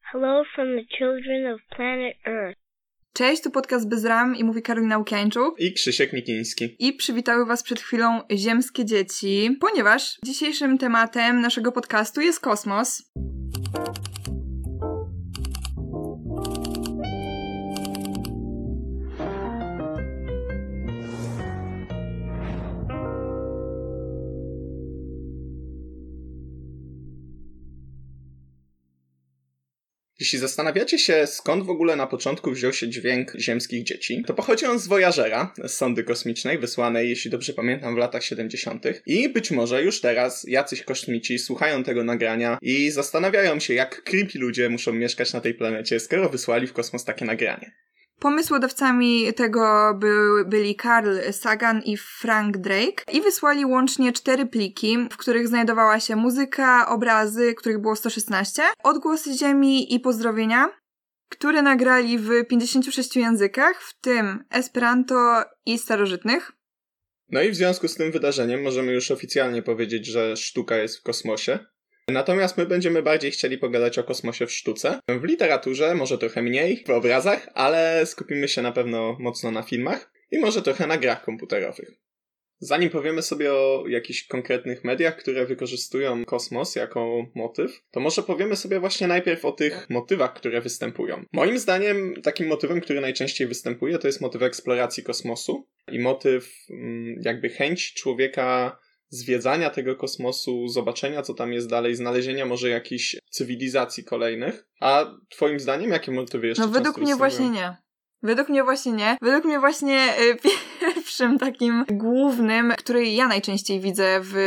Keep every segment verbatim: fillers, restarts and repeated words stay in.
Hello from the children of planet Earth. Cześć, tu podcast Bez Ram i mówi Karolina Łukiańczuk i Krzysiek Mikiński. I przywitały Was przed chwilą ziemskie dzieci, ponieważ dzisiejszym tematem naszego podcastu jest kosmos. Jeśli zastanawiacie się, skąd w ogóle na początku wziął się dźwięk ziemskich dzieci, to pochodzi on z Voyagera, z sondy kosmicznej, wysłanej, jeśli dobrze pamiętam, w latach siedemdziesiątych. I być może już teraz jacyś kosmici słuchają tego nagrania i zastanawiają się, jak creepy ludzie muszą mieszkać na tej planecie, skoro wysłali w kosmos takie nagranie. Pomysłodawcami tego by, byli Carl Sagan i Frank Drake i wysłali łącznie cztery pliki, w których znajdowała się muzyka, obrazy, których było sto szesnaście, odgłosy Ziemi i pozdrowienia, które nagrali w pięćdziesięciu sześciu językach, w tym esperanto i starożytnych. No i w związku z tym wydarzeniem możemy już oficjalnie powiedzieć, że sztuka jest w kosmosie. Natomiast my będziemy bardziej chcieli pogadać o kosmosie w sztuce. W literaturze może trochę mniej, w obrazach, ale skupimy się na pewno mocno na filmach i może trochę na grach komputerowych. Zanim powiemy sobie o jakichś konkretnych mediach, które wykorzystują kosmos jako motyw, to może powiemy sobie właśnie najpierw o tych motywach, które występują. Moim zdaniem takim motywem, który najczęściej występuje, to jest motyw eksploracji kosmosu i motyw jakby chęć człowieka zwiedzania tego kosmosu, zobaczenia, co tam jest dalej, znalezienia może jakichś cywilizacji kolejnych. A twoim zdaniem jakie motywy jeszcze No według mnie właśnie nie. Według mnie właśnie nie. Według mnie właśnie y, pierwszym takim głównym, który ja najczęściej widzę w,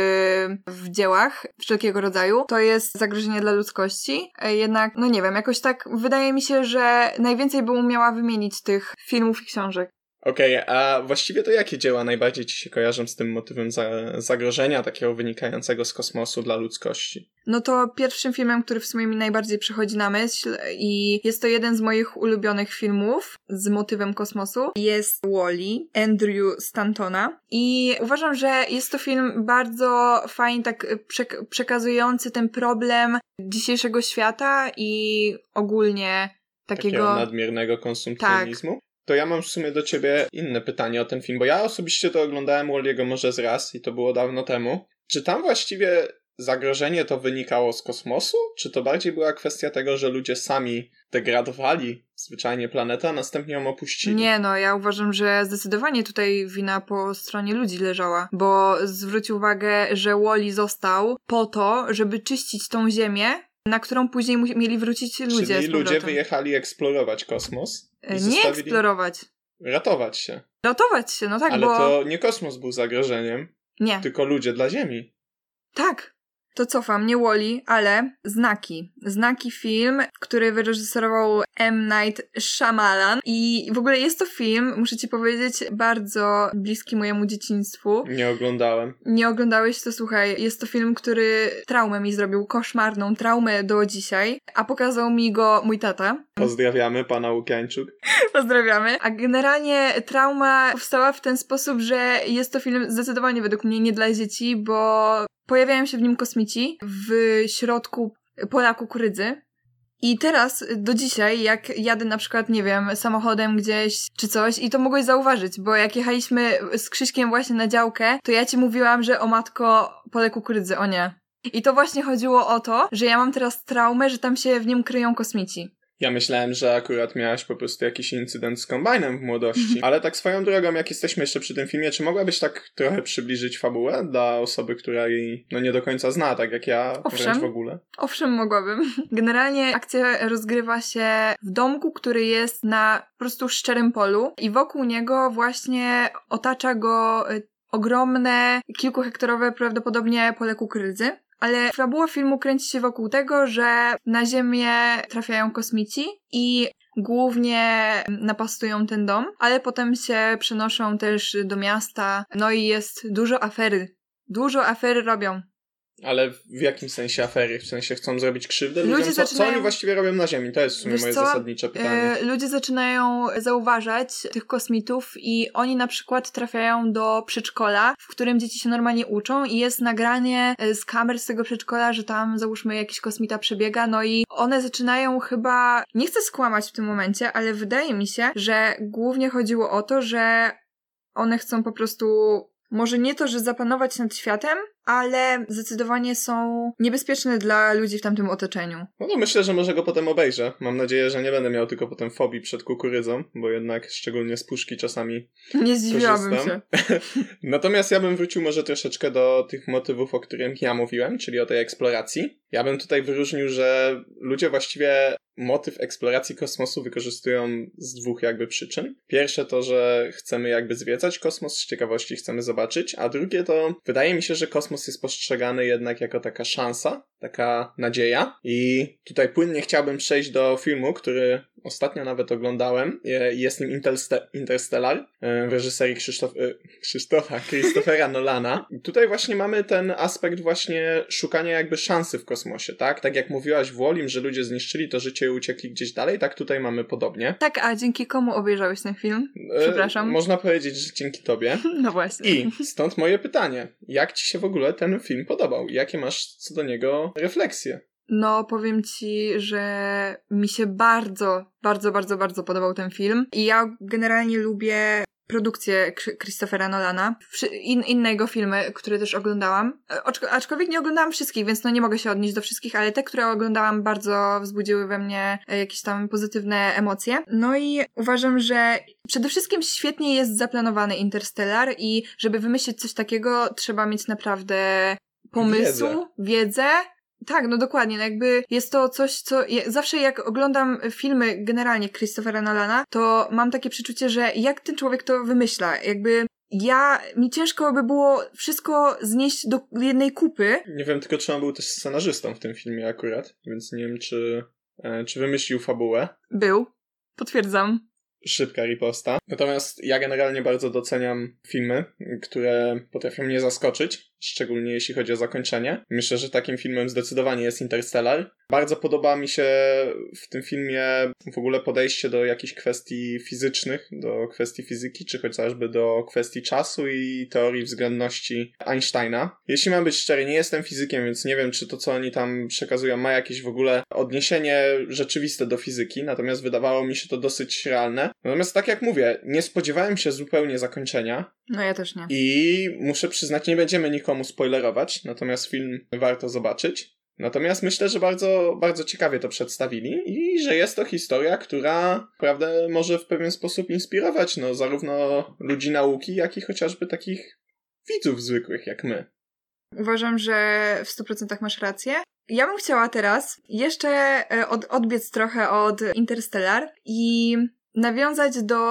w dziełach wszelkiego rodzaju, to jest zagrożenie dla ludzkości. Jednak, no nie wiem, jakoś tak wydaje mi się, że najwięcej bym umiała wymienić tych filmów i książek. Okej, okay, a właściwie to jakie dzieła najbardziej ci się kojarzą z tym motywem za- zagrożenia takiego wynikającego z kosmosu dla ludzkości? No to pierwszym filmem, który w sumie mi najbardziej przychodzi na myśl i jest to jeden z moich ulubionych filmów z motywem kosmosu, jest Wall-E, Andrew Stantona i uważam, że jest to film bardzo fajnie tak przek- przekazujący ten problem dzisiejszego świata i ogólnie takiego... Takiego nadmiernego konsumpcjonizmu? Tak. To ja mam w sumie do ciebie inne pytanie o ten film, bo ja osobiście to oglądałem Walliego może z raz i to było dawno temu. Czy tam właściwie zagrożenie to wynikało z kosmosu? Czy to bardziej była kwestia tego, że ludzie sami degradowali zwyczajnie planetę, a następnie ją opuścili? Nie, no ja uważam, że zdecydowanie tutaj wina po stronie ludzi leżała, bo zwróć uwagę, że Wall-E został po to, żeby czyścić tą ziemię, na którą później mu- mieli wrócić ludzie. Czyli ludzie wyjechali eksplorować kosmos? Nie zostawili... eksplorować. Ratować się. Ratować się, no tak, Ale bo... to nie kosmos był zagrożeniem. Nie. Tylko ludzie dla Ziemi. Tak. To cofam, nie Wall-E, ale Znaki. Znaki film, który wyreżyserował M. Night Shyamalan. I w ogóle jest to film, muszę ci powiedzieć, bardzo bliski mojemu dzieciństwu. Nie oglądałem. Nie oglądałeś, to słuchaj, jest to film, który traumę mi zrobił, koszmarną traumę do dzisiaj, a pokazał mi go mój tata. Pozdrawiamy pana Łukiańczuk. Pozdrawiamy. A generalnie trauma powstała w ten sposób, że jest to film zdecydowanie według mnie nie dla dzieci, bo pojawiają się w nim kosmici w środku pola kukurydzy. I teraz, do dzisiaj, jak jadę na przykład, nie wiem, samochodem gdzieś czy coś i to mogłeś zauważyć, bo jak jechaliśmy z Krzyśkiem właśnie na działkę, to ja ci mówiłam, że o matko, pole kukurydzy, o nie. I to właśnie chodziło o to, że ja mam teraz traumę, że tam się w nim kryją kosmici. Ja myślałem, że akurat miałaś po prostu jakiś incydent z kombajnem w młodości. Ale tak swoją drogą, jak jesteśmy jeszcze przy tym filmie, czy mogłabyś tak trochę przybliżyć fabułę dla osoby, która jej no nie do końca zna, tak jak ja, Owszem. wręcz w ogóle? Owszem, mogłabym. Generalnie akcja rozgrywa się w domku, który jest na po prostu szczerym polu i wokół niego właśnie otacza go ogromne, kilkuhektarowe prawdopodobnie pole kukurydzy. Ale fabuła filmu kręci się wokół tego, że na Ziemię trafiają kosmici i głównie napastują ten dom, ale potem się przenoszą też do miasta, no i jest dużo afery. Dużo afery robią. Ale w jakim sensie afery? W sensie chcą zrobić krzywdę ludziom? Ludzie Co, zaczynają... co oni właściwie robią na Ziemi? To jest w sumie Wiesz moje co? zasadnicze pytanie. E, ludzie zaczynają zauważać tych kosmitów i oni na przykład trafiają do przedszkola, w którym dzieci się normalnie uczą i jest nagranie z kamer z tego przedszkola, że tam załóżmy jakiś kosmita przebiega, no i one zaczynają chyba... Nie chcę skłamać w tym momencie, ale wydaje mi się, że głównie chodziło o to, że one chcą po prostu... Może nie to, że zapanować nad światem, ale zdecydowanie są niebezpieczne dla ludzi w tamtym otoczeniu. No to myślę, że może go potem obejrzę. Mam nadzieję, że nie będę miał tylko potem fobii przed kukurydzą, bo jednak szczególnie z puszki czasami nie zdziwiłabym korzystam. się. Natomiast ja bym wrócił może troszeczkę do tych motywów, o których ja mówiłem, czyli o tej eksploracji. Ja bym tutaj wyróżnił, że ludzie właściwie motyw eksploracji kosmosu wykorzystują z dwóch jakby przyczyn. Pierwsze to, że chcemy jakby zwiedzać kosmos, z ciekawości chcemy zobaczyć, a drugie to wydaje mi się, że kosmos jest postrzegany jednak jako taka szansa, taka nadzieja. I tutaj płynnie chciałbym przejść do filmu, który ostatnio nawet oglądałem. Jest nim Interste- Interstellar w reżyserii Krzysztof- Krzysztofa Christophera Nolana. I tutaj właśnie mamy ten aspekt właśnie szukania jakby szansy w kosmosie, tak? Tak jak mówiłaś w Wolim, że ludzie zniszczyli to życie i uciekli gdzieś dalej, tak tutaj mamy podobnie. Tak, a dzięki komu obejrzałeś ten film? Przepraszam. E, można powiedzieć, że dzięki tobie. No właśnie. I stąd moje pytanie. Jak ci się w ogóle ten film podobał? Jakie masz co do niego refleksje? No, powiem ci, że mi się bardzo, bardzo, bardzo, bardzo podobał ten film. I ja generalnie lubię produkcję Christophera Nolana, in, inne jego filmy, które też oglądałam. Aczkolwiek nie oglądałam wszystkich, więc no nie mogę się odnieść do wszystkich, ale te, które oglądałam, bardzo wzbudziły we mnie jakieś tam pozytywne emocje. No i uważam, że przede wszystkim świetnie jest zaplanowany Interstellar i żeby wymyślić coś takiego, trzeba mieć naprawdę pomysł, wiedzę. wiedzę. Tak, no dokładnie, no jakby jest to coś, co... Ja, zawsze jak oglądam filmy generalnie Christophera Nolana, to mam takie przeczucie, że jak ten człowiek to wymyśla, jakby ja... Mi ciężko by było wszystko znieść do jednej kupy. Nie wiem tylko, czy on był też scenarzystą w tym filmie akurat, więc nie wiem, czy, e, czy wymyślił fabułę. Był. Potwierdzam. Szybka riposta. Natomiast ja generalnie bardzo doceniam filmy, które potrafią mnie zaskoczyć, szczególnie jeśli chodzi o zakończenie. Myślę, że takim filmem zdecydowanie jest Interstellar. Bardzo podoba mi się w tym filmie w ogóle podejście do jakichś kwestii fizycznych, do kwestii fizyki, czy chociażby do kwestii czasu i teorii względności Einsteina. Jeśli mam być szczery, nie jestem fizykiem, więc nie wiem, czy to, co oni tam przekazują, ma jakieś w ogóle odniesienie rzeczywiste do fizyki, natomiast wydawało mi się to dosyć realne. Natomiast tak jak mówię, nie spodziewałem się zupełnie zakończenia. No ja też nie. I muszę przyznać, nie będziemy nikomu spoilerować, natomiast film warto zobaczyć. Natomiast myślę, że bardzo, bardzo ciekawie to przedstawili i że jest to historia, która naprawdę może w pewien sposób inspirować no, zarówno ludzi nauki, jak i chociażby takich widzów zwykłych jak my. Uważam, że w stu procentach masz rację. Ja bym chciała teraz jeszcze od, odbiec trochę od Interstellar i nawiązać do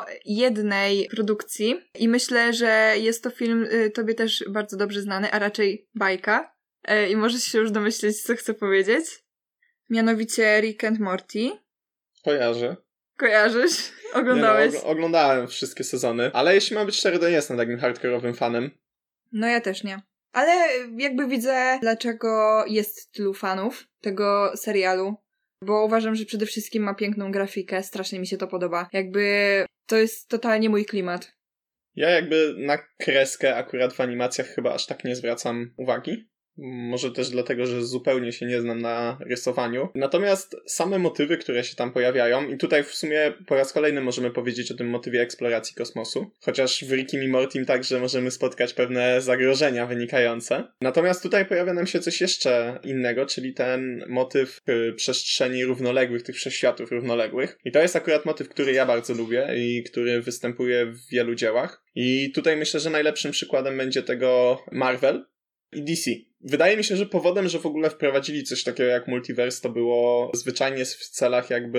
jednej produkcji i myślę, że jest to film y, tobie też bardzo dobrze znany, a raczej bajka y, i możesz się już domyśleć, co chcę powiedzieć. Mianowicie Rick and Morty. Kojarzę. Kojarzysz? Oglądałeś? Nie no, og- oglądałem wszystkie sezony, ale jeśli mam być szczery, to nie jestem takim hardkorowym fanem. No ja też nie. Ale jakby widzę, dlaczego jest tylu fanów tego serialu. Bo uważam, że przede wszystkim ma piękną grafikę, strasznie mi się to podoba. Jakby to jest totalnie mój klimat. Ja jakby na kreskę akurat w animacjach chyba aż tak nie zwracam uwagi. Może też dlatego, że zupełnie się nie znam na rysowaniu. Natomiast same motywy, które się tam pojawiają, i tutaj w sumie po raz kolejny możemy powiedzieć o tym motywie eksploracji kosmosu, chociaż w Rickim i Mortym także możemy spotkać pewne zagrożenia wynikające. Natomiast tutaj pojawia nam się coś jeszcze innego, czyli ten motyw przestrzeni równoległych, tych wszechświatów równoległych. I to jest akurat motyw, który ja bardzo lubię i który występuje w wielu dziełach. I tutaj myślę, że najlepszym przykładem będzie tego Marvel i D C. Wydaje mi się, że powodem, że w ogóle wprowadzili coś takiego jak multiverse, to było zwyczajnie w celach jakby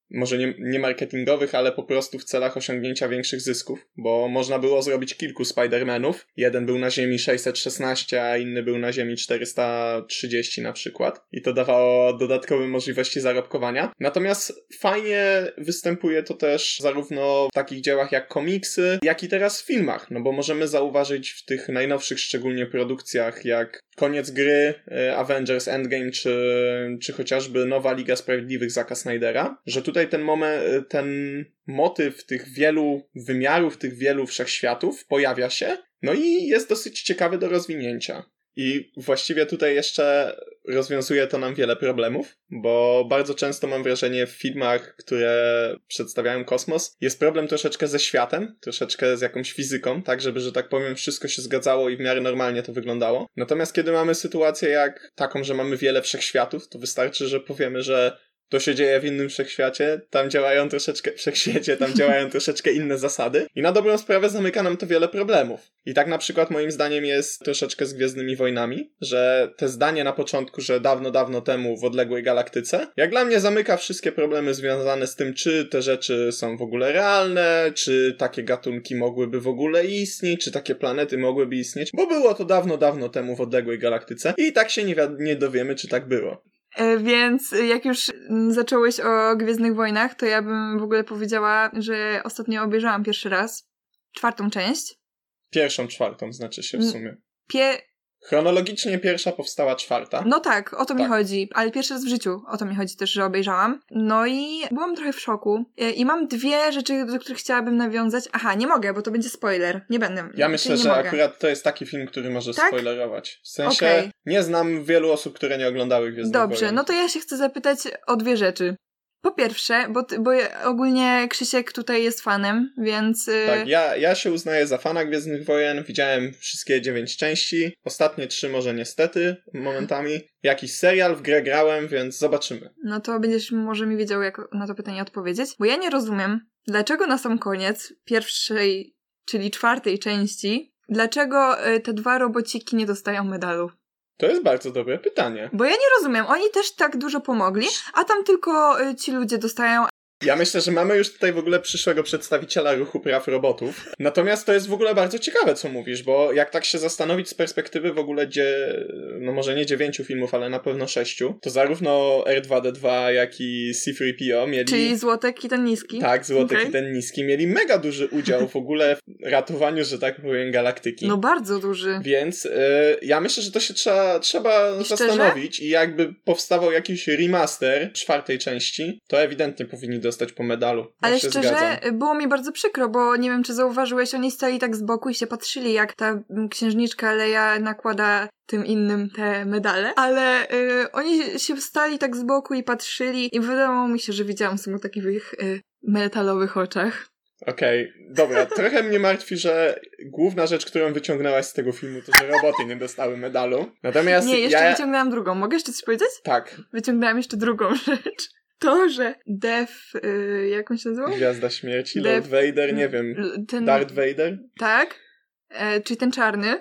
może nie, nie marketingowych, ale po prostu w celach osiągnięcia większych zysków, bo można było zrobić kilku Spider-Manów. Jeden był na ziemi sześćset szesnaście, a inny był na ziemi czterysta trzydzieści na przykład. I to dawało dodatkowe możliwości zarobkowania. Natomiast fajnie występuje to też zarówno w takich dziełach jak komiksy, jak i teraz w filmach, no bo możemy zauważyć w tych najnowszych szczególnie produkcjach jak Koniec gry, Avengers Endgame, czy, czy chociażby Nowa Liga Sprawiedliwych Zacka Snydera, że tutaj ten moment, ten motyw tych wielu wymiarów, tych wielu wszechświatów pojawia się, no i jest dosyć ciekawy do rozwinięcia. I właściwie tutaj jeszcze rozwiązuje to nam wiele problemów, bo bardzo często mam wrażenie w filmach, które przedstawiają kosmos, jest problem troszeczkę ze światem, troszeczkę z jakąś fizyką, tak żeby, że tak powiem, wszystko się zgadzało i w miarę normalnie to wyglądało. Natomiast kiedy mamy sytuację jak taką, że mamy wiele wszechświatów, to wystarczy, że powiemy, że to się dzieje w innym wszechświacie, tam działają troszeczkę, wszechświecie, tam działają troszeczkę inne zasady i na dobrą sprawę zamyka nam to wiele problemów. I tak na przykład moim zdaniem jest troszeczkę z Gwiezdnymi Wojnami, że te zdanie na początku, że dawno, dawno temu w odległej galaktyce, jak dla mnie zamyka wszystkie problemy związane z tym, czy te rzeczy są w ogóle realne, czy takie gatunki mogłyby w ogóle istnieć, czy takie planety mogłyby istnieć, bo było to dawno, dawno temu w odległej galaktyce i tak się nie, wi- nie dowiemy, czy tak było. Więc jak już zacząłeś o Gwiezdnych Wojnach, to ja bym w ogóle powiedziała, że ostatnio obejrzałam pierwszy raz czwartą część. Pierwszą czwartą znaczy się w sumie. Pie... Chronologicznie pierwsza powstała czwarta. No tak, o to tak. mi chodzi, ale pierwszy raz w życiu o to mi chodzi też, że obejrzałam. No i byłam trochę w szoku. I mam dwie rzeczy, do których chciałabym nawiązać. Aha, nie mogę, bo to będzie spoiler. Nie będę. Ja myślę, nie że mogę. akurat to jest taki film, który może tak? spoilerować. W sensie okay. nie znam wielu osób, które nie oglądały Gwiezdnych Dobrze, Wojen. no to ja się chcę zapytać o dwie rzeczy. Po pierwsze, bo, bo ogólnie Krzysiek tutaj jest fanem, więc... Tak, ja, ja się uznaję za fana Gwiezdnych Wojen, widziałem wszystkie dziewięć części, ostatnie trzy może niestety momentami. Jakiś serial, w grę grałem, więc zobaczymy. No to będziesz może mi wiedział, jak na to pytanie odpowiedzieć, bo ja nie rozumiem, dlaczego na sam koniec pierwszej, czyli czwartej części, dlaczego te dwa robociki nie dostają medalu? To jest bardzo dobre pytanie. Bo ja nie rozumiem, oni też tak dużo pomogli, a tam tylko y, ci ludzie dostają... Ja myślę, że mamy już tutaj w ogóle przyszłego przedstawiciela ruchu praw robotów. Natomiast to jest w ogóle bardzo ciekawe, co mówisz, bo jak tak się zastanowić z perspektywy w ogóle, dzie... no może nie dziewięciu filmów, ale na pewno sześciu, to zarówno R dwa D dwa, jak i C trzy P O mieli... Czyli Złotek i ten niski. Tak, Złotek okay. i ten niski mieli mega duży udział w ogóle w ratowaniu, że tak powiem, galaktyki. No bardzo duży. Więc y, ja myślę, że to się trzeba, trzeba zastanowić i jakby powstawał jakiś remaster czwartej części, to ewidentnie powinni dostać po medalu. Ja Ale się szczerze, zgadzam. było mi bardzo przykro, bo nie wiem, czy zauważyłeś, oni stali tak z boku i się patrzyli, jak ta księżniczka Leia nakłada tym innym te medale, ale y, oni się stali tak z boku i patrzyli i wydawało mi się, że widziałam sobie takich y, metalowych oczach. Okej, okay, dobra, trochę mnie martwi, że główna rzecz, którą wyciągnęłaś z tego filmu, to, że roboty nie dostały medalu. Natomiast nie, jeszcze ja... wyciągnęłam drugą. Mogę jeszcze coś powiedzieć? Tak. Wyciągnęłam jeszcze drugą rzecz. To, że Death, yy, jak on się nazywał? Gwiazda Śmierci, Death, Lord Vader, nie wiem, ten, Darth Vader? Tak, e, czyli ten czarny.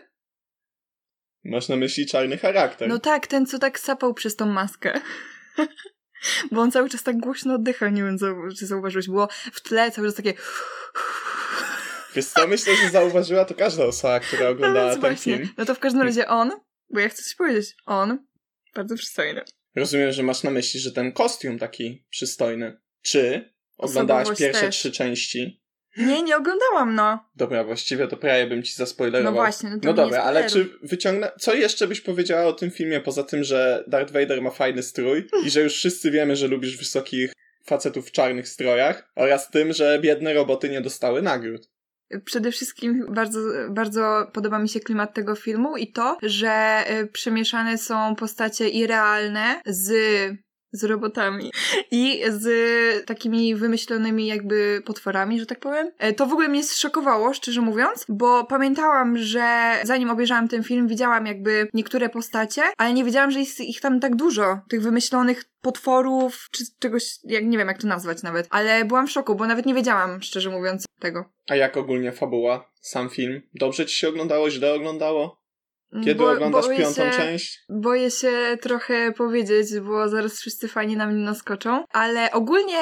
Masz na myśli czarny charakter. No tak, ten, co tak sapał przez tą maskę. Bo on cały czas tak głośno oddychał, nie wiem, czy zauważyłeś, było w tle cały czas takie... Wiesz co, myślę, że zauważyła to każda osoba, która oglądała no ten właśnie. film. No to w każdym razie on, bo ja chcę coś powiedzieć, on, bardzo przystojny. Rozumiem, że masz na myśli, że ten kostium taki przystojny. Czy oglądałaś pierwsze też. trzy części? Nie, nie oglądałam, no. Dobra, właściwie to prawie bym ci zaspoilerował. No właśnie. No, to no dobra, ale czy wyciągnę... Co jeszcze byś powiedziała o tym filmie, poza tym, że Darth Vader ma fajny strój i że już wszyscy wiemy, że lubisz wysokich facetów w czarnych strojach oraz tym, że biedne roboty nie dostały nagród? Przede wszystkim bardzo, bardzo podoba mi się klimat tego filmu i to, że y, przemieszane są postacie irrealne z, z robotami i z takimi wymyślonymi jakby potworami, że tak powiem. Y, to w ogóle mnie zszokowało, szczerze mówiąc, bo pamiętałam, że zanim obejrzałam ten film, widziałam jakby niektóre postacie, ale nie wiedziałam, że jest ich tam tak dużo, tych wymyślonych potworów, czy czegoś, jak nie wiem jak to nazwać nawet, ale byłam w szoku, bo nawet nie wiedziałam, szczerze mówiąc, tego. A jak ogólnie fabuła, sam film? Dobrze ci się oglądało, źle oglądało? Kiedy bo, oglądasz piątą się, część? Boję się trochę powiedzieć, bo zaraz wszyscy fajnie na mnie naskoczą, ale ogólnie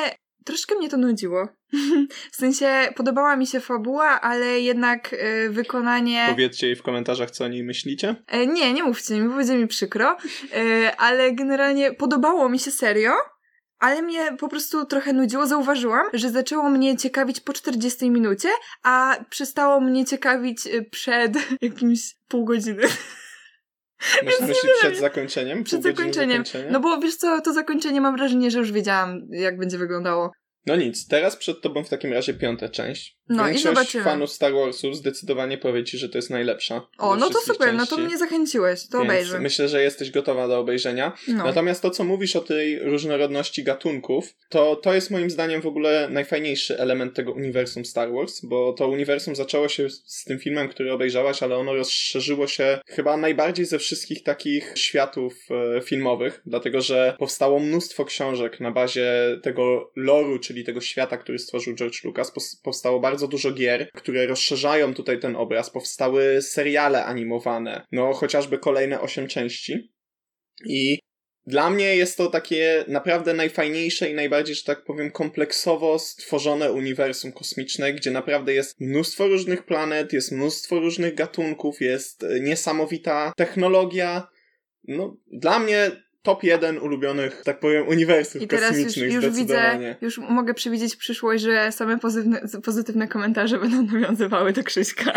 troszkę mnie to nudziło. W sensie podobała mi się fabuła, ale jednak y, wykonanie... Powiedzcie jej w komentarzach, co o niej myślicie. E, nie, nie mówcie mi, będzie mi przykro, e, ale generalnie podobało mi się serio, ale mnie po prostu trochę nudziło. Zauważyłam, że zaczęło mnie ciekawić po czterdziestej minucie, a przestało mnie ciekawić przed jakimś pół godziny. Masz na myśli przed zakończeniem? Przed zakończeniem. No bo wiesz co, to zakończenie mam wrażenie, że już wiedziałam, jak będzie wyglądało. No nic, teraz przed tobą w takim razie piąta część. No Większość i zobaczymy. fanów Star Warsów zdecydowanie powie ci, że to jest najlepsza. O, no to super, części. no to mnie zachęciłeś, to Więc obejrzę. myślę, że jesteś gotowa do obejrzenia. No. Natomiast to, co mówisz o tej różnorodności gatunków, to to jest moim zdaniem w ogóle najfajniejszy element tego uniwersum Star Wars, bo to uniwersum zaczęło się z tym filmem, który obejrzałaś, ale ono rozszerzyło się chyba najbardziej ze wszystkich takich światów e, filmowych, dlatego że powstało mnóstwo książek na bazie tego loru, czyli tego świata, który stworzył George Lucas. Powstało bardzo dużo gier, które rozszerzają tutaj ten obraz. Powstały seriale animowane, no chociażby kolejne osiem części. I dla mnie jest to takie naprawdę najfajniejsze i najbardziej, że tak powiem, kompleksowo stworzone uniwersum kosmiczne, gdzie naprawdę jest mnóstwo różnych planet, jest mnóstwo różnych gatunków, jest niesamowita technologia. No, dla mnie top jeden ulubionych, tak powiem, uniwersów I teraz kosmicznych już, już zdecydowanie. widzę, już mogę przewidzieć przyszłość, że same pozytywne, pozytywne komentarze będą nawiązywały do Krzyśka.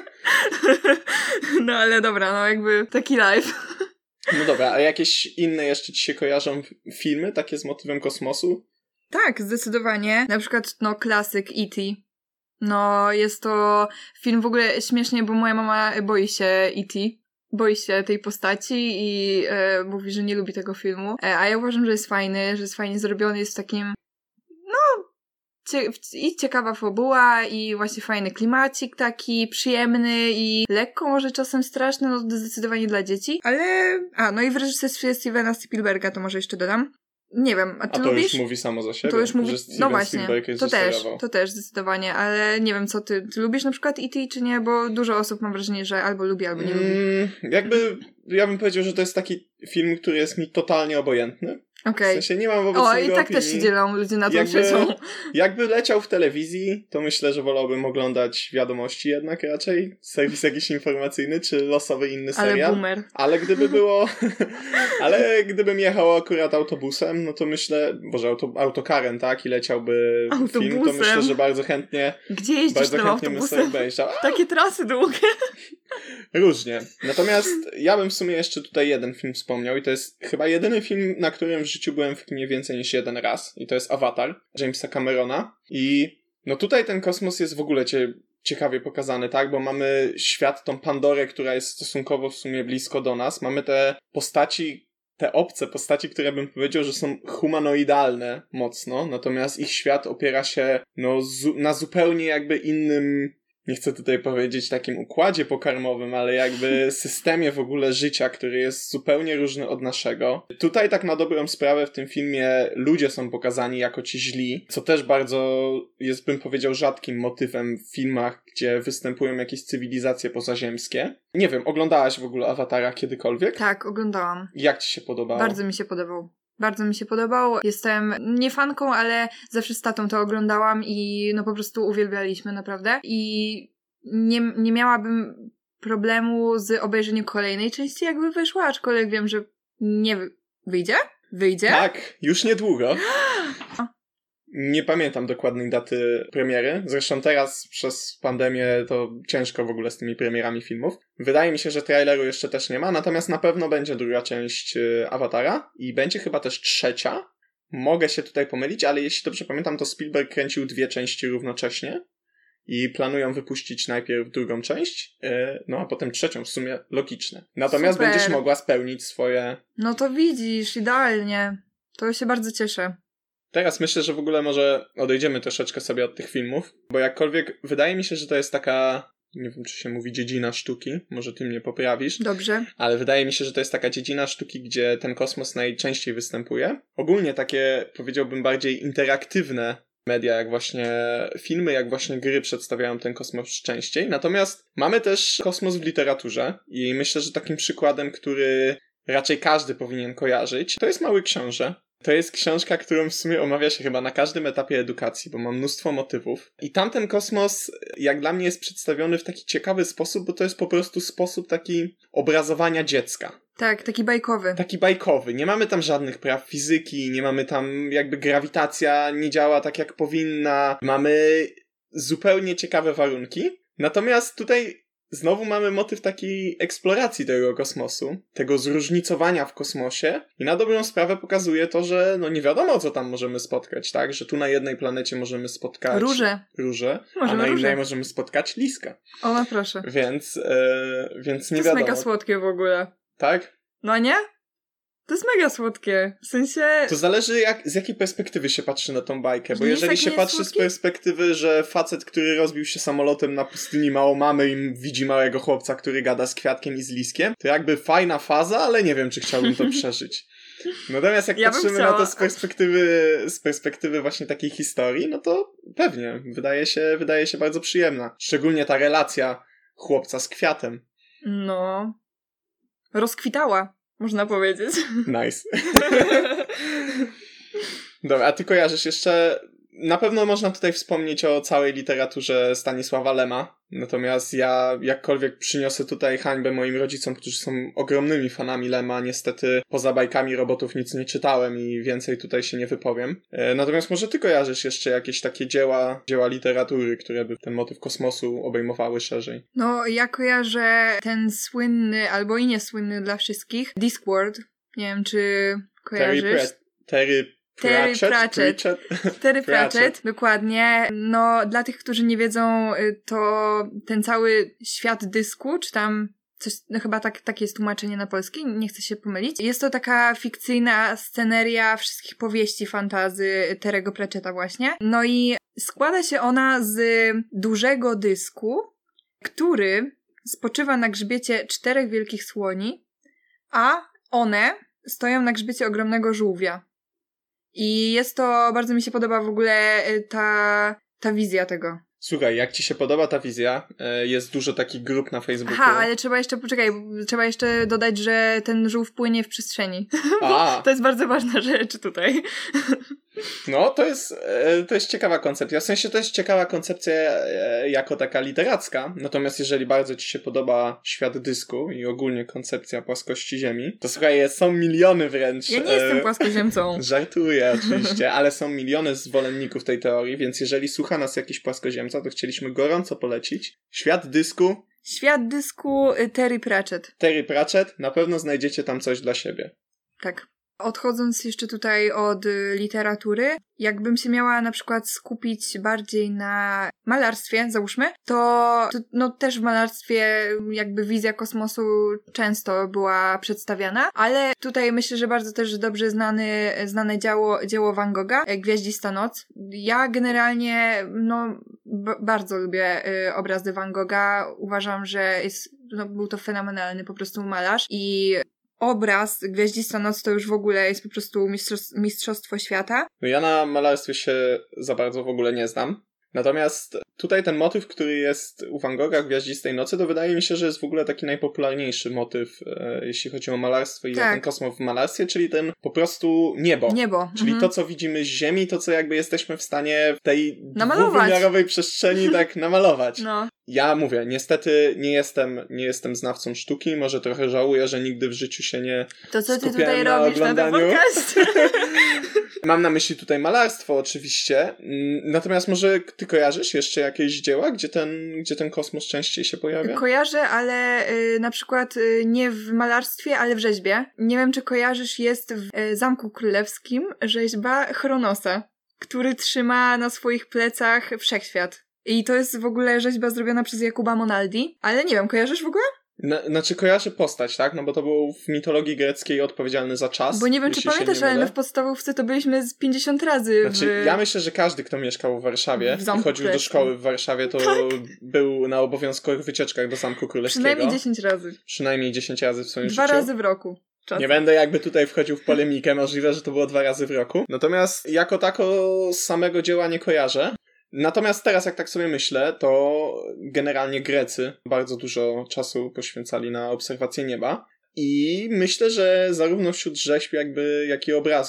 No ale dobra, no jakby taki live. No dobra, a jakieś inne jeszcze ci się kojarzą filmy, takie z motywem kosmosu? Tak, zdecydowanie. Na przykład, no, klasyk E T No, jest to film w ogóle śmiesznie, bo moja mama boi się E T Boi się tej postaci i e, mówi, że nie lubi tego filmu. E, a ja uważam, że jest fajny, że jest fajnie zrobiony, jest w takim, no, cie- i ciekawa fabuła, i właśnie fajny klimacik taki, przyjemny i lekko może czasem straszny, no zdecydowanie dla dzieci. Ale, a, no i w reżyserstwie Stevena Spielberga to może jeszcze dodam. Nie wiem, a ty a to lubisz? już mówi samo za siebie, To już mówi, że Steven no właśnie, Spielberg jest to też, reżyserował. to też zdecydowanie, ale nie wiem co ty, ty lubisz na przykład E T czy nie, bo dużo osób mam wrażenie, że albo lubi, albo nie lubi. Mm, jakby, ja bym powiedział, że to jest taki film, który jest mi totalnie obojętny. Okej. W sensie nie mam wobec O, niego i tak opinii. też się dzielą ludzie na tą Jakby, trzecią. jakby leciał w telewizji, to myślę, że wolałbym oglądać wiadomości jednak raczej, serwis jakiś informacyjny, czy losowy inny Ale serial. boomer. Ale gdyby było, ale gdybym jechał akurat autobusem, no to myślę, boże, auto, autokarem, tak, i leciałby Autobusem. film, to myślę, że bardzo chętnie, Gdzie jeździsz bardzo tym chętnie bym sobie autobusem? obejrzał. A, Takie trasy długie. różnie. Natomiast ja bym w sumie jeszcze tutaj jeden film wspomniał i to jest chyba jedyny film, na którym w życiu byłem w kinie więcej niż jeden raz i to jest Avatar Jamesa Camerona i no tutaj ten kosmos jest w ogóle cie, ciekawie pokazany, tak, bo mamy świat, tą Pandorę, która jest stosunkowo w sumie blisko do nas, mamy te postaci, te obce postaci, które bym powiedział, że są humanoidalne mocno, natomiast ich świat opiera się no zu- na zupełnie jakby innym, nie chcę tutaj powiedzieć takim układzie pokarmowym, ale jakby systemie w ogóle życia, który jest zupełnie różny od naszego. Tutaj tak na dobrą sprawę w tym filmie ludzie są pokazani jako ci źli, co też bardzo jest, bym powiedział, rzadkim motywem w filmach, gdzie występują jakieś cywilizacje pozaziemskie. Nie wiem, oglądałaś w ogóle Awatara kiedykolwiek? Tak, oglądałam. Jak ci się podobało? Bardzo mi się podobał. Bardzo mi się podobał. Jestem nie fanką, ale zawsze z tatą to oglądałam i no po prostu uwielbialiśmy naprawdę. I nie, nie miałabym problemu z obejrzeniem kolejnej części, jakby wyszła, aczkolwiek wiem, że nie wy- wyjdzie? Wyjdzie? Tak, już niedługo. Nie pamiętam dokładnej daty premiery. Zresztą teraz przez pandemię to ciężko w ogóle z tymi premierami filmów. Wydaje mi się, że traileru jeszcze też nie ma, natomiast na pewno będzie druga część y, Awatara i będzie chyba też trzecia. Mogę się tutaj pomylić, ale jeśli dobrze pamiętam, to Spielberg kręcił dwie części równocześnie i planują wypuścić najpierw drugą część, y, no a potem trzecią, w sumie logiczne. Natomiast Super. będziesz mogła spełnić swoje... No to widzisz, idealnie. To się bardzo cieszę. Teraz myślę, że w ogóle może odejdziemy troszeczkę sobie od tych filmów, bo jakkolwiek wydaje mi się, że to jest taka, nie wiem czy się mówi dziedzina sztuki, może ty mnie poprawisz, Dobrze. ale wydaje mi się, że to jest taka dziedzina sztuki, gdzie ten kosmos najczęściej występuje. Ogólnie takie, powiedziałbym, bardziej interaktywne media, jak właśnie filmy, jak właśnie gry przedstawiają ten kosmos częściej. Natomiast mamy też kosmos w literaturze i myślę, że takim przykładem, który raczej każdy powinien kojarzyć, to jest Mały Książę To jest książka, którą w sumie omawia się chyba na każdym etapie edukacji, bo ma mnóstwo motywów. I tamten kosmos, jak dla mnie, jest przedstawiony w taki ciekawy sposób, bo to jest po prostu sposób taki obrazowania dziecka. Tak, taki bajkowy. Taki bajkowy. Nie mamy tam żadnych praw fizyki, nie mamy tam jakby grawitacja nie działa tak jak powinna. Mamy zupełnie ciekawe warunki. Natomiast tutaj znowu mamy motyw takiej eksploracji tego kosmosu, tego zróżnicowania w kosmosie i na dobrą sprawę pokazuje to, że no nie wiadomo, co tam możemy spotkać, tak? Że tu na jednej planecie możemy spotkać Róże. Róże, Możemy a na róże. innej możemy spotkać liska. O, no proszę. Więc, e, więc nie To jest wiadomo. mega słodkie w ogóle. Tak? No nie? To jest mega słodkie. W sensie... To zależy jak, z jakiej perspektywy się patrzy na tą bajkę, bo Nie jeżeli jest się taki patrzy z słodki? perspektywy, że facet, który rozbił się samolotem na pustyni mało mamy i widzi małego chłopca, który gada z kwiatkiem i z liskiem, to jakby fajna faza, ale nie wiem, czy chciałbym to przeżyć. Natomiast jak Ja bym patrzymy chciała. na to z perspektywy, z perspektywy właśnie takiej historii, no to pewnie, wydaje się, wydaje się bardzo przyjemna. Szczególnie ta relacja chłopca z kwiatem. No... Rozkwitała, można powiedzieć. Nice. Dobra, a ty kojarzysz jeszcze... Na pewno można tutaj wspomnieć o całej literaturze Stanisława Lema, natomiast ja jakkolwiek przyniosę tutaj hańbę moim rodzicom, którzy są ogromnymi fanami Lema, niestety poza bajkami robotów nic nie czytałem i więcej tutaj się nie wypowiem. E, natomiast może ty kojarzysz jeszcze jakieś takie dzieła, dzieła literatury, które by ten motyw kosmosu obejmowały szerzej? No, ja kojarzę ten słynny, albo i niesłynny dla wszystkich, Discworld. Nie wiem, czy kojarzysz. Terry, Pre- Terry Terry Pratchett? Pratchett. Pratchett? Terry Pratchett. Pratchett, dokładnie. No, dla tych, którzy nie wiedzą, y, to ten cały świat dysku, czy tam coś, no chyba tak, takie jest tłumaczenie na polski, nie chcę się pomylić. Jest to taka fikcyjna sceneria wszystkich powieści fantazy Terry'ego Pratchetta właśnie. No i składa się ona z dużego dysku, który spoczywa na grzbiecie czterech wielkich słoni, a one stoją na grzbiecie ogromnego żółwia. I jest to, bardzo mi się podoba w ogóle ta, ta wizja tego. Słuchaj, jak ci się podoba ta wizja, e, jest dużo takich grup na Facebooku. Aha, ale trzeba jeszcze, poczekaj, trzeba jeszcze dodać, że ten żółw płynie w przestrzeni. A, To jest bardzo ważna rzecz tutaj. no to jest, e, to jest ciekawa koncepcja. W sensie to jest ciekawa koncepcja e, jako taka literacka, natomiast jeżeli bardzo ci się podoba świat dysku i ogólnie koncepcja płaskości Ziemi, to słuchaj, są miliony wręcz... Ja nie jestem płaskoziemcą. Żartuję oczywiście, ale są miliony zwolenników tej teorii, więc jeżeli słucha nas jakiś płaskoziemca, to chcieliśmy gorąco polecić. Świat dysku, Świat dysku y, Terry Pratchett. Terry Pratchett, na pewno znajdziecie tam coś dla siebie. Tak. Odchodząc jeszcze tutaj od y, literatury, jakbym się miała na przykład skupić bardziej na malarstwie, załóżmy, to, to no też w malarstwie jakby wizja kosmosu często była przedstawiana, ale tutaj myślę, że bardzo też dobrze znany, znane dzieło, dzieło Van Gogha, Gwiaździsta noc. Ja generalnie no b- bardzo lubię y, obrazy Van Gogha. Uważam, że jest, no, był to fenomenalny po prostu malarz i obraz Gwiaździsta noc to już w ogóle jest po prostu mistrzostw- mistrzostwo świata. No ja na malarstwie się za bardzo w ogóle nie znam. Natomiast tutaj ten motyw, który jest u Van Gogha w Gwiaździstej nocy, to wydaje mi się, że jest w ogóle taki najpopularniejszy motyw, e, jeśli chodzi o malarstwo i Tak. o ten kosmos w malarstwie, czyli ten po prostu niebo. Niebo. Czyli mhm. to, co widzimy z Ziemi, to, co jakby jesteśmy w stanie w tej Namalować. dwuwymiarowej przestrzeni tak namalować. No. Ja mówię, niestety nie jestem, nie jestem znawcą sztuki, może trochę żałuję, że nigdy w życiu się nie To co ty skupiałem tutaj na robisz na tym oglądaniu. podcaście? Mam na myśli tutaj malarstwo oczywiście, mm, natomiast może ty kojarzysz jeszcze jakieś dzieła, gdzie ten, gdzie ten kosmos częściej się pojawia? Kojarzę, ale y, na przykład y, nie w malarstwie, ale w rzeźbie. Nie wiem, czy kojarzysz, jest w y, Zamku Królewskim rzeźba Chronosa, który trzyma na swoich plecach wszechświat. I to jest w ogóle rzeźba zrobiona przez Jakuba Monaldi, ale nie wiem, kojarzysz w ogóle? Na, znaczy kojarzę postać, tak? No bo to był w mitologii greckiej odpowiedzialny za czas. Bo nie wiem, czy jeśli się pamiętasz, nie ale mylę. my w podstawówce to byliśmy z pięćdziesiąt razy w... Znaczy, ja myślę, że każdy, kto mieszkał w Warszawie W i Zamku chodził do Królewskim. szkoły w Warszawie, to Tak. był na obowiązkowych wycieczkach do Zamku Królewskiego. Przynajmniej dziesięć razy. Przynajmniej dziesięć razy w swoim Dwa życiu. razy w roku. Czasem. Nie będę jakby tutaj wchodził w polemikę, możliwe, że to było dwa razy w roku. Natomiast jako tako z samego dzieła nie kojarzę. Natomiast teraz, jak tak sobie myślę, to generalnie Grecy bardzo dużo czasu poświęcali na obserwację nieba. I myślę, że zarówno wśród rzeźb, jakby, jak i obrazów,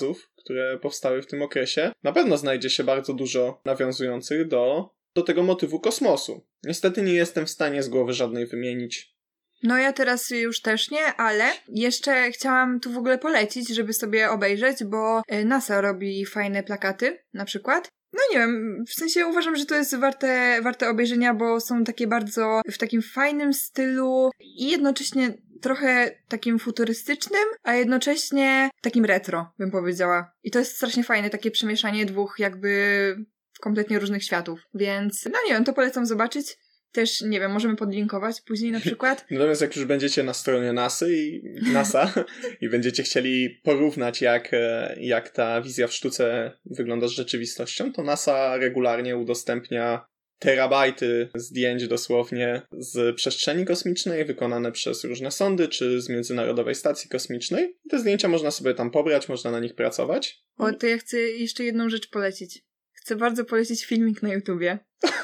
które powstały w tym okresie, na pewno znajdzie się bardzo dużo nawiązujących do, do tego motywu kosmosu. Niestety nie jestem w stanie z głowy żadnej wymienić. No ja teraz już też nie, ale jeszcze chciałam tu w ogóle polecić, żeby sobie obejrzeć, bo NASA robi fajne plakaty, na przykład. No nie wiem, w sensie uważam, że to jest warte, warte obejrzenia, bo są takie bardzo w takim fajnym stylu i jednocześnie trochę takim futurystycznym, a jednocześnie takim retro, bym powiedziała. I to jest strasznie fajne, takie przemieszanie dwóch jakby kompletnie różnych światów. Więc, no nie wiem, to polecam zobaczyć. Też, nie wiem, możemy podlinkować później na przykład. Natomiast jak już będziecie na stronie NASA i NASA i będziecie chcieli porównać, jak, jak ta wizja w sztuce wygląda z rzeczywistością, to NASA regularnie udostępnia terabajty zdjęć dosłownie z przestrzeni kosmicznej wykonane przez różne sondy czy z Międzynarodowej Stacji Kosmicznej. Te zdjęcia można sobie tam pobrać, można na nich pracować. O, to ja chcę jeszcze jedną rzecz polecić. Chcę bardzo polecić filmik na YouTubie.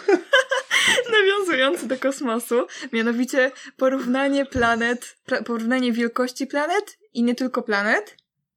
Nawiązujący do kosmosu, mianowicie porównanie planet, pra- porównanie wielkości planet i nie tylko planet,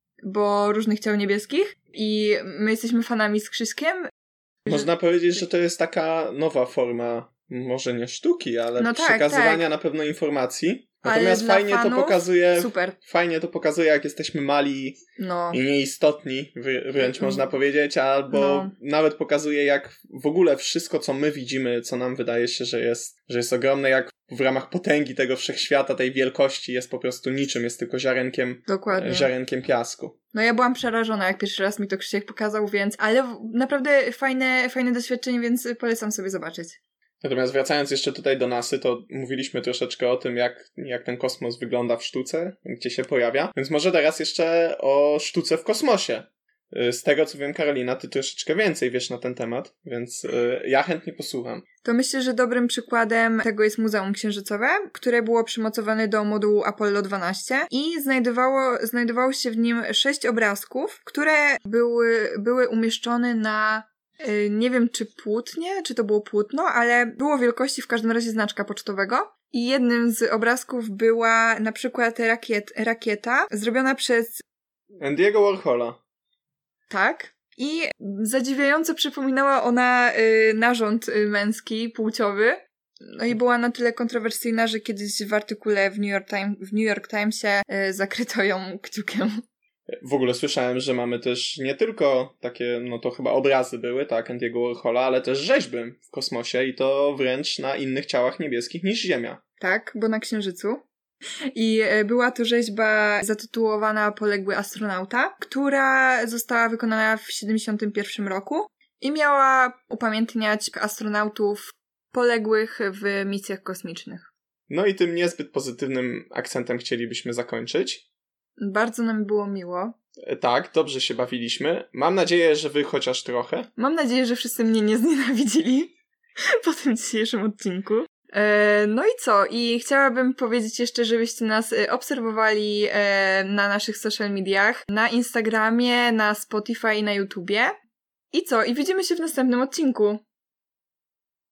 bo różnych ciał niebieskich i my jesteśmy fanami z Krzyśkiem. Można powiedzieć, że to jest taka nowa forma, może nie sztuki, ale no tak, przekazywania tak. na pewno informacji. Natomiast ale fajnie fanów, to pokazuje, super. fajnie to pokazuje, jak jesteśmy mali no. i nieistotni, wręcz mm. można powiedzieć, albo no. nawet pokazuje, jak w ogóle wszystko, co my widzimy, co nam wydaje się, że jest, że jest ogromne, jak w ramach potęgi tego wszechświata, tej wielkości jest po prostu niczym, jest tylko ziarenkiem, Dokładnie. ziarenkiem piasku. No ja byłam przerażona, jak pierwszy raz mi to Krzysiek pokazał, więc, ale w, naprawdę fajne, fajne doświadczenie, więc polecam sobie zobaczyć. Natomiast wracając jeszcze tutaj do nasy, to mówiliśmy troszeczkę o tym, jak, jak ten kosmos wygląda w sztuce, gdzie się pojawia. Więc może teraz jeszcze o sztuce w kosmosie. Z tego, co wiem, Karolina, ty troszeczkę więcej wiesz na ten temat, więc y, ja chętnie posłucham. To myślę, że dobrym przykładem tego jest Muzeum Księżycowe, które było przymocowane do modułu Apollo dwanaście i znajdowało, znajdowało się w nim sześć obrazków, które były, były umieszczone na nie wiem, czy płótnie, czy to było płótno, ale było wielkości w każdym razie znaczka pocztowego. I jednym z obrazków była na przykład rakiet, rakieta zrobiona przez Andy'ego Warhola. Tak. I zadziwiająco przypominała ona y, narząd y, męski, płciowy. No i była na tyle kontrowersyjna, że kiedyś w artykule w New York, Time, w New York Timesie y, zakryto ją kciukiem. W ogóle słyszałem, że mamy też nie tylko takie, no to chyba obrazy były, tak, Andy'ego Warhola, ale też rzeźby w kosmosie i to wręcz na innych ciałach niebieskich niż Ziemia. Tak, bo na Księżycu. I była to rzeźba zatytułowana Poległy astronauta, która została wykonana w siedemdziesiątym pierwszym roku i miała upamiętniać astronautów poległych w misjach kosmicznych. No i tym niezbyt pozytywnym akcentem chcielibyśmy zakończyć. Bardzo nam było miło. Tak, dobrze się bawiliśmy. Mam nadzieję, że wy chociaż trochę. Mam nadzieję, że wszyscy mnie nie znienawidzili po tym dzisiejszym odcinku. E, no i co? I chciałabym powiedzieć jeszcze, żebyście nas obserwowali e, na naszych social mediach, na Instagramie, na Spotify i na YouTubie. I co? I widzimy się w następnym odcinku.